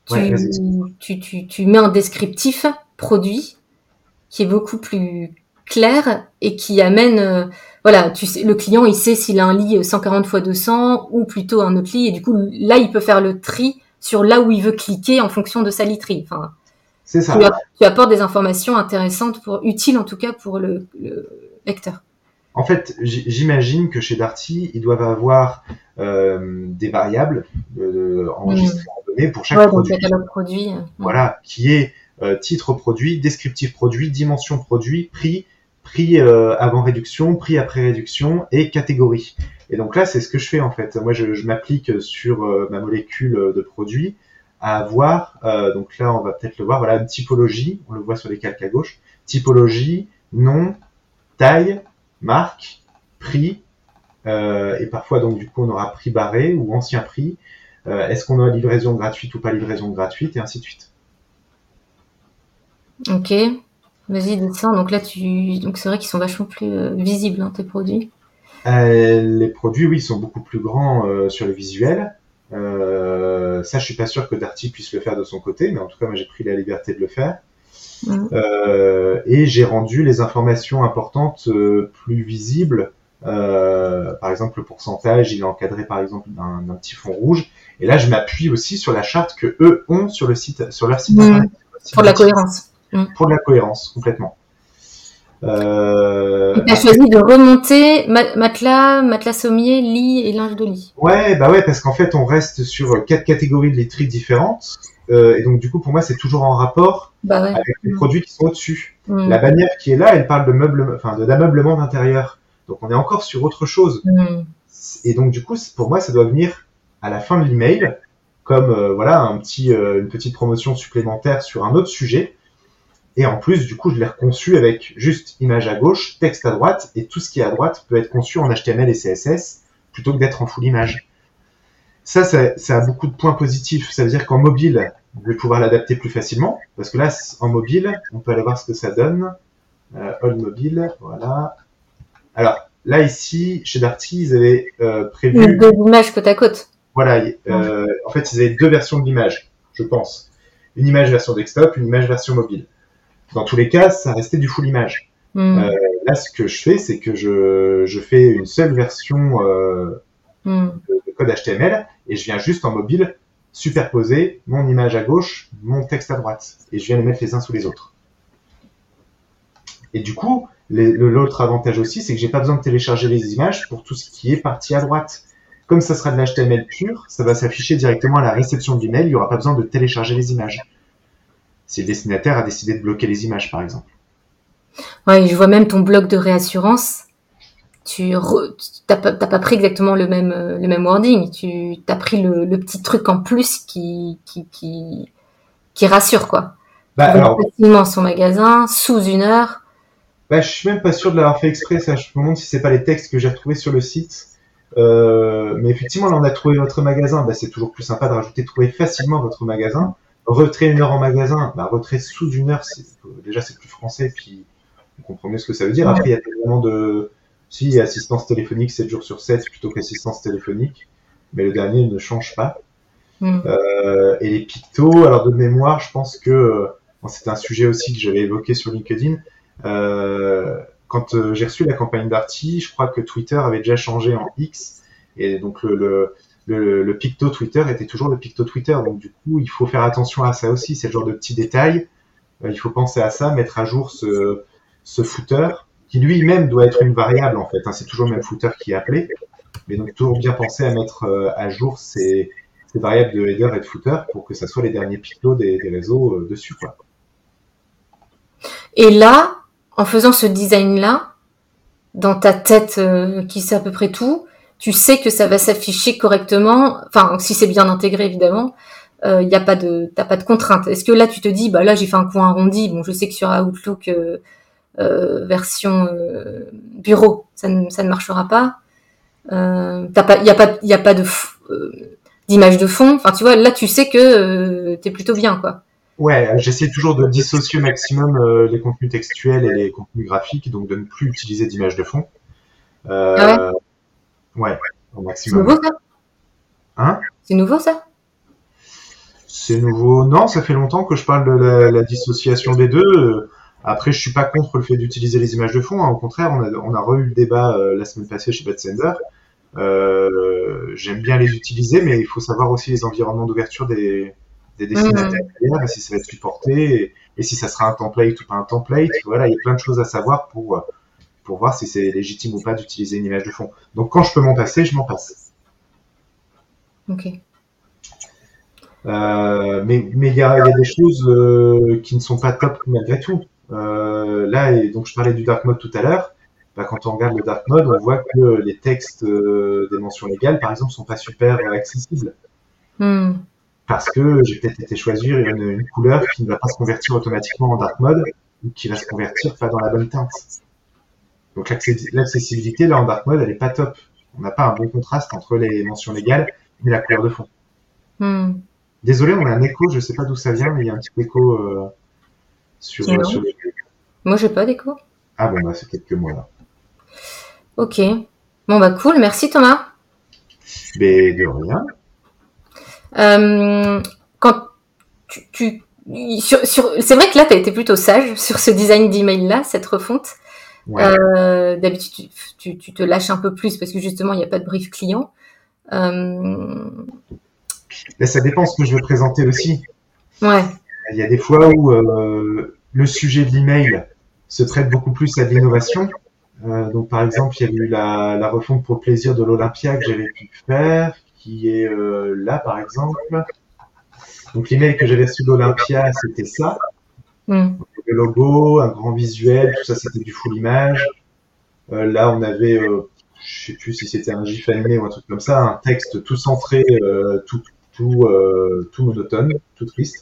tu mets un descriptif produit qui est beaucoup plus clair et qui amène, le client, il sait s'il a un lit 140 x 200 ou plutôt un autre lit, et du coup, là, il peut faire le tri sur là où il veut cliquer en fonction de sa literie. Enfin, c'est ça. Tu apportes des informations intéressantes, utiles en tout cas pour le lecteur. En fait, j'imagine que chez Darty, ils doivent avoir des variables enregistrées en données pour chaque produit. Donc catalogue produit. Voilà, qui est titre produit, descriptif produit, dimension produit, prix avant réduction, prix après réduction et catégorie. Et donc là, c'est ce que je fais en fait. Moi, je m'applique sur ma molécule de produit à avoir, donc là, on va peut-être le voir, voilà, une typologie, on le voit sur les calques à gauche, typologie, nom, taille, marque, prix, et parfois donc du coup on aura prix barré ou ancien prix, est-ce qu'on a livraison gratuite ou pas livraison gratuite, et ainsi de suite. Ok, vas-y, descends. Donc là, donc c'est vrai qu'ils sont vachement plus visibles, hein, tes produits. Les produits, oui, sont beaucoup plus grands sur le visuel. Ça, je suis pas sûr que Darty puisse le faire de son côté, mais en tout cas, moi, j'ai pris la liberté de le faire. Et j'ai rendu les informations importantes plus visibles Par exemple, le pourcentage, il est encadré par exemple d'un petit fond rouge. Et là, je m'appuie aussi sur la charte que eux ont sur le site, sur leur site internet. Pour de la cohérence. Pour de la cohérence, complètement. Tu as choisi de remonter matelas sommier, lit et linge de lit. Ouais, bah ouais, parce qu'en fait, on reste sur 4 catégories de literie différentes. Et donc, du coup, pour moi, c'est toujours en rapport avec les produits qui sont au-dessus. La bannière qui est là, elle parle de d'ameublement d'intérieur. Donc, on est encore sur autre chose. Et donc, du coup, pour moi, ça doit venir à la fin de l'email, comme une petite promotion supplémentaire sur un autre sujet. Et en plus, du coup, je l'ai reconçu avec juste image à gauche, texte à droite, et tout ce qui est à droite peut être conçu en HTML et CSS plutôt que d'être en full image. Ça a beaucoup de points positifs. Ça veut dire qu'en mobile, je vais pouvoir l'adapter plus facilement, parce que là, en mobile, on peut aller voir ce que ça donne. All mobile, voilà. Alors, là, ici, chez Darty, ils avaient prévu... Deux images côte à côte. Voilà, en fait, ils avaient 2 versions de l'image, je pense. Une image version desktop, une image version mobile. Dans tous les cas, ça restait du full image. Là, ce que je fais, c'est que je fais une seule version de code HTML et je viens juste en mobile superposer mon image à gauche, mon texte à droite. Et je viens les mettre les uns sous les autres. Et du coup, l'autre avantage aussi, c'est que j'ai pas besoin de télécharger les images pour tout ce qui est parti à droite. Comme ça sera de l'HTML pur, ça va s'afficher directement à la réception de l'email, il n'y aura pas besoin de télécharger les images. Si le destinataire a décidé de bloquer les images, par exemple. Ouais, je vois même ton bloc de réassurance. T'as pas pris exactement le même wording. T'as pris le petit truc en plus qui rassure, quoi. Alors, facilement son magasin, sous 1 heure. Je suis même pas sûr de l'avoir fait exprès, ça. Je me demande si c'est pas les textes que j'ai retrouvés sur le site. Mais effectivement, là, on a trouvé votre magasin. C'est toujours plus sympa de rajouter trouver facilement votre magasin. Retrait 1 heure en magasin, retrait sous 1 heure, déjà c'est plus français, puis on comprend mieux ce que ça veut dire. Après, il y a tellement assistance téléphonique 7 jours sur 7 plutôt qu'assistance téléphonique, mais le dernier ne change pas. Et les pictos, alors de mémoire, je pense que c'était un sujet aussi que j'avais évoqué sur LinkedIn. Quand j'ai reçu la campagne Darty, je crois que Twitter avait déjà changé en X, et donc le picto Twitter était toujours le picto Twitter. Donc du coup, il faut faire attention à ça aussi. C'est le genre de petits détails. Il faut penser à ça, mettre à jour ce footer, qui lui-même doit être une variable en fait. C'est toujours le même footer qui est appelé. Mais donc toujours bien penser à mettre à jour ces variables de header et de footer pour que ça soit les derniers pictos des réseaux dessus, quoi. Et là, en faisant ce design-là, dans ta tête qui sait à peu près tout, tu sais que ça va s'afficher correctement, enfin si c'est bien intégré évidemment, t'as pas de contrainte. Est-ce que là tu te dis là j'ai fait un coin arrondi, bon je sais que sur Outlook version bureau ça ne marchera pas. Y a pas de d'image de fond. Enfin tu vois là tu sais que t'es plutôt bien quoi. Ouais, j'essaie toujours de dissocier au maximum les contenus textuels et les contenus graphiques, donc de ne plus utiliser d'image de fond. Ouais, au maximum. C'est nouveau ça ? Hein ? C'est nouveau ça ? C'est nouveau. Non, ça fait longtemps que je parle de la dissociation des deux. Après, je suis pas contre le fait d'utiliser les images de fond. Au contraire, on a re-eu le débat la semaine passée chez Bad Sender. J'aime bien les utiliser, mais il faut savoir aussi les environnements d'ouverture des destinataires, et si ça va être supporté, et si ça sera un template ou pas un template. Voilà, il y a plein de choses à savoir pour voir si c'est légitime ou pas d'utiliser une image de fond. Donc quand je peux m'en passer, je m'en passe. Ok. Mais il y a des choses qui ne sont pas top malgré tout. Là, et donc je parlais du dark mode tout à l'heure. Quand on regarde le dark mode, on voit que les textes des mentions légales, par exemple, sont pas super accessibles. Parce que j'ai peut-être été choisir une couleur qui ne va pas se convertir automatiquement en dark mode, ou qui va se convertir pas dans la bonne teinte. Donc l'accessibilité là en dark mode, elle est pas top. On n'a pas un bon contraste entre les mentions légales et la couleur de fond. Désolé, on a un écho, je sais pas d'où ça vient, mais il y a un petit écho sur les... Moi, j'ai pas d'écho. Ah bon, c'est peut-être que moi là. Ok. Bon cool, merci Thomas. Mais de rien. Quand c'est vrai que là, tu as été plutôt sage sur ce design d'email là, cette refonte. Ouais. D'habitude, tu te lâches un peu plus parce que justement, il n'y a pas de brief client. Mais ça dépend ce que je veux présenter aussi. Ouais. Il y a des fois où le sujet de l'email se prête beaucoup plus à de l'innovation. Donc par exemple, il y a eu la refonte pour le plaisir de l'Olympia que j'avais pu faire, qui est là par exemple. Donc l'email que j'avais reçu de l'Olympia, c'était ça. Mm. Le logo, un grand visuel, tout ça c'était du full image. Là on avait, je sais plus si c'était un gif animé ou un truc comme ça, un texte tout centré, tout monotone, tout triste.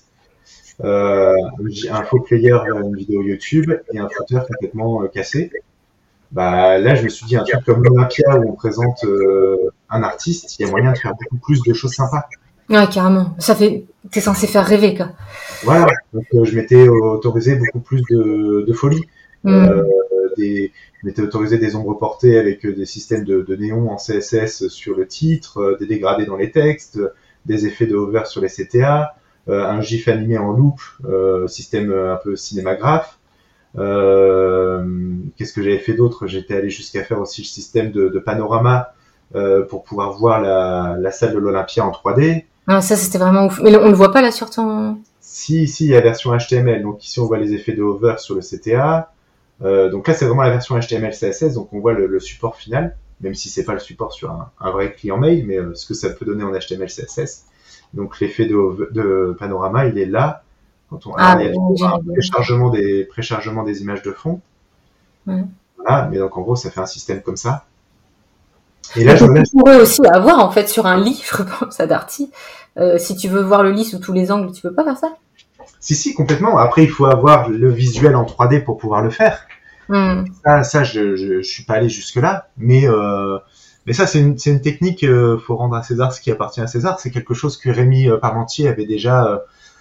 Un faux player vers une vidéo YouTube et un footer complètement cassé. Bah là, je me suis dit un truc comme l'Olympia où on présente un artiste, il y a moyen de faire beaucoup plus de choses sympas. Ouais, carrément. T'es censé faire rêver, quoi. Voilà, donc je m'étais autorisé beaucoup plus de folie. Mm. Je m'étais autorisé des ombres portées avec des systèmes de néon en CSS sur le titre, des dégradés dans les textes, des effets de hover sur les CTA, un GIF animé en loop, système un peu cinémagraphe. Qu'est-ce que j'avais fait d'autre? J'étais allé jusqu'à faire aussi le système de panorama pour pouvoir voir la salle de l'Olympia en 3D. Ah, ça, c'était vraiment ouf. Mais on le voit pas là sur ton. Si, il y a la version HTML. Donc ici, on voit les effets de hover sur le CTA. Donc là, c'est vraiment la version HTML CSS. Donc on voit le support final, même si c'est pas le support sur un vrai client mail, mais ce que ça peut donner en HTML CSS. Donc l'effet de panorama, il est là. Il y a un préchargement des images de fond. Ouais. Voilà, mais donc en gros, ça fait un système comme ça. Et là, tu pourrais aussi avoir en fait sur un lit, je pense à Darty. Si tu veux voir le lit sous tous les angles, tu peux pas faire ça? Si, complètement. Après, il faut avoir le visuel en 3D pour pouvoir le faire. Ça, je suis pas allé jusque là, mais ça, c'est une technique. Faut rendre à César ce qui appartient à César. C'est quelque chose que Rémi Parmentier avait déjà.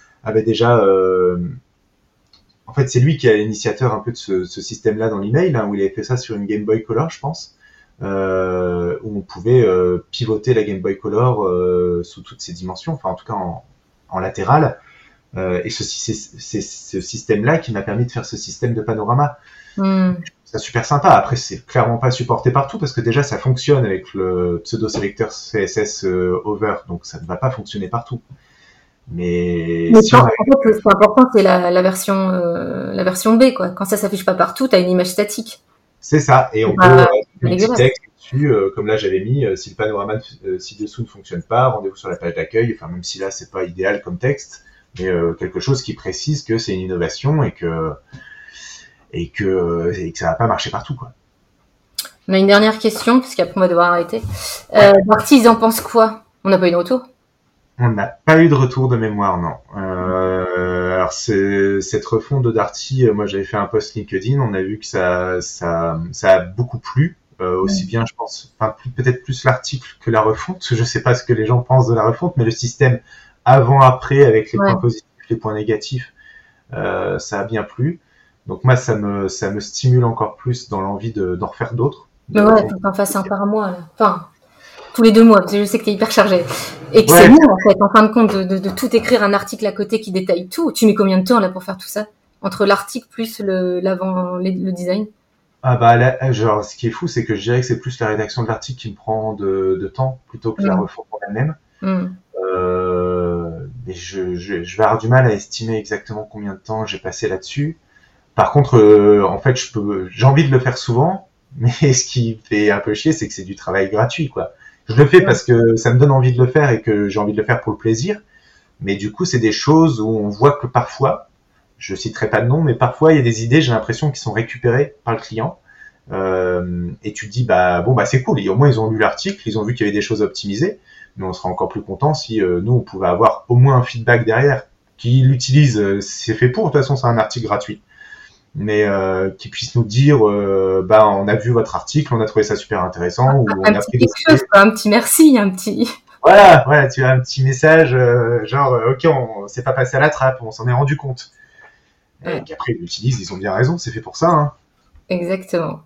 En fait, c'est lui qui est l'initiateur un peu de ce système-là dans l'email, hein, où il avait fait ça sur une Game Boy Color, je pense, où on pouvait pivoter la Game Boy Color sous toutes ses dimensions, enfin en tout cas en latéral. Et c'est ce système-là qui m'a permis de faire ce système de panorama. C'est super sympa. Après, c'est clairement pas supporté partout parce que déjà, ça fonctionne avec le pseudo-sélecteur CSS Over, donc ça ne va pas fonctionner partout. Mais si en fait, ce qui est important, c'est la version B, quoi. Quand ça s'affiche pas partout, t'as une image statique. C'est ça, et on peut mettre un petit texte dessus, comme là j'avais mis, si le panorama ci-dessous ne fonctionne pas, rendez-vous sur la page d'accueil. Enfin, même si là c'est pas idéal comme texte, mais quelque chose qui précise que c'est une innovation et que ça va pas marcher partout, quoi. On a une dernière question, parce qu'après on va devoir arrêter. Darty, ils en pensent quoi? On n'a pas eu de retour? On n'a pas eu de retour de mémoire, non. Alors cette refonte de Darty, moi j'avais fait un post LinkedIn, on a vu que ça a beaucoup plu, aussi bien je pense, enfin peut-être plus l'article que la refonte, parce que je sais pas ce que les gens pensent de la refonte, mais le système avant-après avec les points positifs, les points négatifs, ça a bien plu. Donc moi ça me stimule encore plus dans l'envie d'en refaire d'autres. Mais ouais, faut que t'en fasses un par mois, là. Enfin, tous les 2 mois, parce que je sais que t'es hyper chargé. Et que c'est bon, en fait, en fin de compte, de tout écrire un article à côté qui détaille tout. Tu mets combien de temps, là, pour faire tout ça? Entre l'article plus le design? Ah bah là, genre, ce qui est fou, c'est que je dirais que c'est plus la rédaction de l'article qui me prend de temps, plutôt que la refonte en elle-même. Mais je vais avoir du mal à estimer exactement combien de temps j'ai passé là-dessus. Par contre, en fait, j'ai envie de le faire souvent, mais ce qui me fait un peu chier, c'est que c'est du travail gratuit, quoi. Je le fais parce que ça me donne envie de le faire et que j'ai envie de le faire pour le plaisir. Mais du coup, c'est des choses où on voit que parfois, je citerai pas de nom, mais parfois il y a des idées, j'ai l'impression, qui sont récupérées par le client. Et tu te dis, c'est cool. Et au moins, ils ont lu l'article, ils ont vu qu'il y avait des choses à optimiser. Mais on sera encore plus content si nous, on pouvait avoir au moins un feedback derrière. Qui l'utilise, c'est fait pour. De toute façon, c'est un article gratuit. Mais qui puisse nous dire, on a vu votre article, on a trouvé ça super intéressant. Ou on a pris quelque chose, quoi, un petit merci, un petit... Voilà, tu as un petit message, ok, on s'est pas passé à la trappe, on s'en est rendu compte. Et qu'après, ils l'utilisent, ils ont bien raison, c'est fait pour ça, hein. Exactement.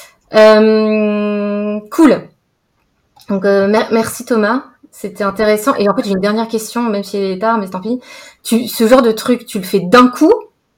Cool. Donc, merci Thomas, c'était intéressant. Et en fait, j'ai une dernière question, même si elle est tard, mais tant pis. Ce genre de truc, tu le fais d'un coup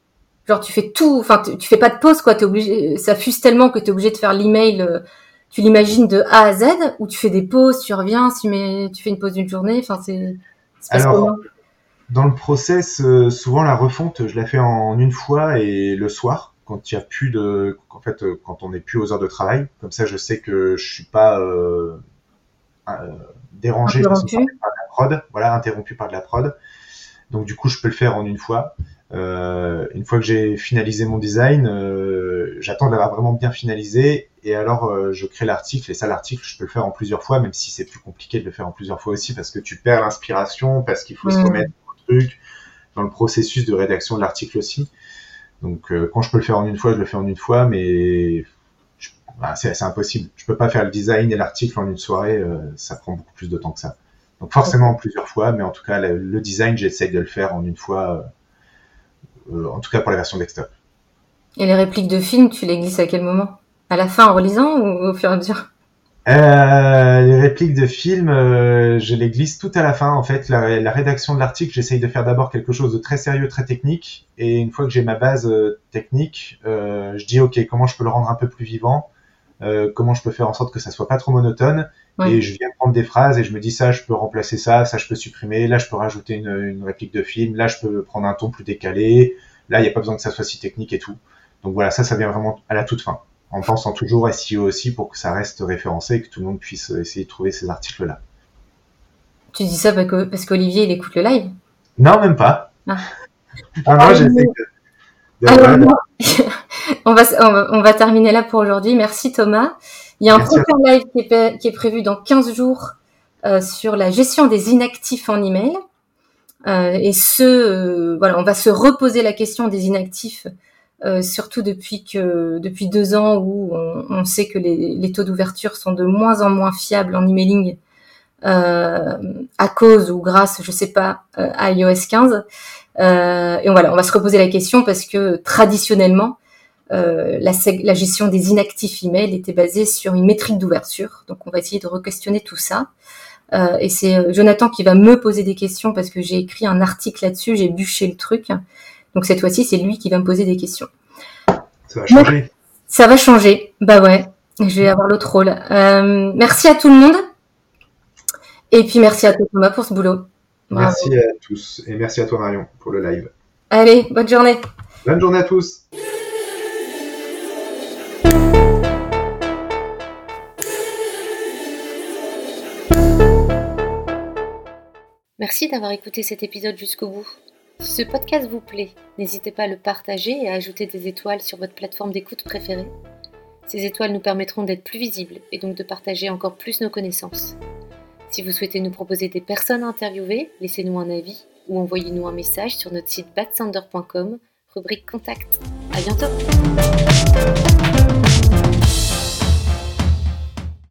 Genre tu fais tout, enfin tu fais pas de pause quoi, t'es obligé, ça fuse tellement que t'es obligé de faire l'email, tu l'imagines de A à Z, ou tu fais des pauses, tu reviens, tu fais une pause d'une journée, enfin c'est pas Alors, comment. dans le process, souvent la refonte, je la fais en une fois et le soir, quand il y a plus de, en fait, quand on n'est plus aux heures de travail. Comme ça, je sais que je suis pas euh, dérangé de façon Interrompu. par la prod, voilà, interrompu par de la prod. Donc du coup, je peux le faire en une fois. Une fois que j'ai finalisé mon design, j'attends de l'avoir vraiment bien finalisé et alors je crée l'article. Et ça, l'article, je peux le faire en plusieurs fois, même si c'est plus compliqué de le faire en plusieurs fois aussi parce que tu perds l'inspiration, parce qu'il faut se remettre au truc dans le processus de rédaction de l'article aussi. Donc quand je peux le faire en une fois, je le fais en une fois, mais c'est impossible. Je peux pas faire le design et l'article en une soirée, ça prend beaucoup plus de temps que ça. Donc forcément en plusieurs fois, mais en tout cas le design, j'essaye de le faire en une fois, en tout cas pour la version desktop. Et les répliques de films, tu les glisses à quel moment? À la fin en relisant ou au fur et à mesure? Les répliques de films, je les glisse tout à la fin. En fait, la rédaction de l'article, j'essaye de faire d'abord quelque chose de très sérieux, très technique. Et une fois que j'ai ma base technique, je dis ok, comment je peux le rendre un peu plus vivant, comment je peux faire en sorte que ça soit pas trop monotone. Ouais. Et je viens prendre des phrases et je me dis ça, je peux remplacer ça, ça je peux supprimer, là je peux rajouter une réplique de film, là je peux prendre un ton plus décalé, là il n'y a pas besoin que ça soit si technique et tout. Donc voilà, ça vient vraiment à la toute fin. En pensant toujours SEO aussi pour que ça reste référencé et que tout le monde puisse essayer de trouver ces articles-là. Tu dis ça parce qu'Olivier il écoute le live? Non, même pas. Ah. Non, non, j'essaie Alors, voilà, on va terminer là pour aujourd'hui. Merci Thomas. Il y a un merci à prochain live qui est prévu dans 15 jours sur la gestion des inactifs en email. Voilà, on va se reposer la question des inactifs, surtout depuis 2 ans où on sait que les taux d'ouverture sont de moins en moins fiables en emailing à cause ou grâce, je sais pas, à iOS 15. Et voilà, on va se reposer la question parce que traditionnellement, la gestion des inactifs email était basée sur une métrique d'ouverture. Donc on va essayer de re-questionner tout ça. Et c'est Jonathan qui va me poser des questions parce que j'ai écrit un article là-dessus, j'ai bûché le truc. Donc cette fois-ci, c'est lui qui va me poser des questions. Ça va changer. Ça va changer. Bah ouais, je vais avoir l'autre rôle. Merci à tout le monde. Et puis merci à toi Thomas pour ce boulot. Bravo. Merci à tous et merci à toi Marion pour le live. Allez, bonne journée. Bonne journée à tous. Merci d'avoir écouté cet épisode jusqu'au bout. Si ce podcast vous plaît, n'hésitez pas à le partager et à ajouter des étoiles sur votre plateforme d'écoute préférée. Ces étoiles nous permettront d'être plus visibles et donc de partager encore plus nos connaissances. Si vous souhaitez nous proposer des personnes à interviewer, laissez-nous un avis ou envoyez-nous un message sur notre site badsander.com, rubrique contact. À bientôt!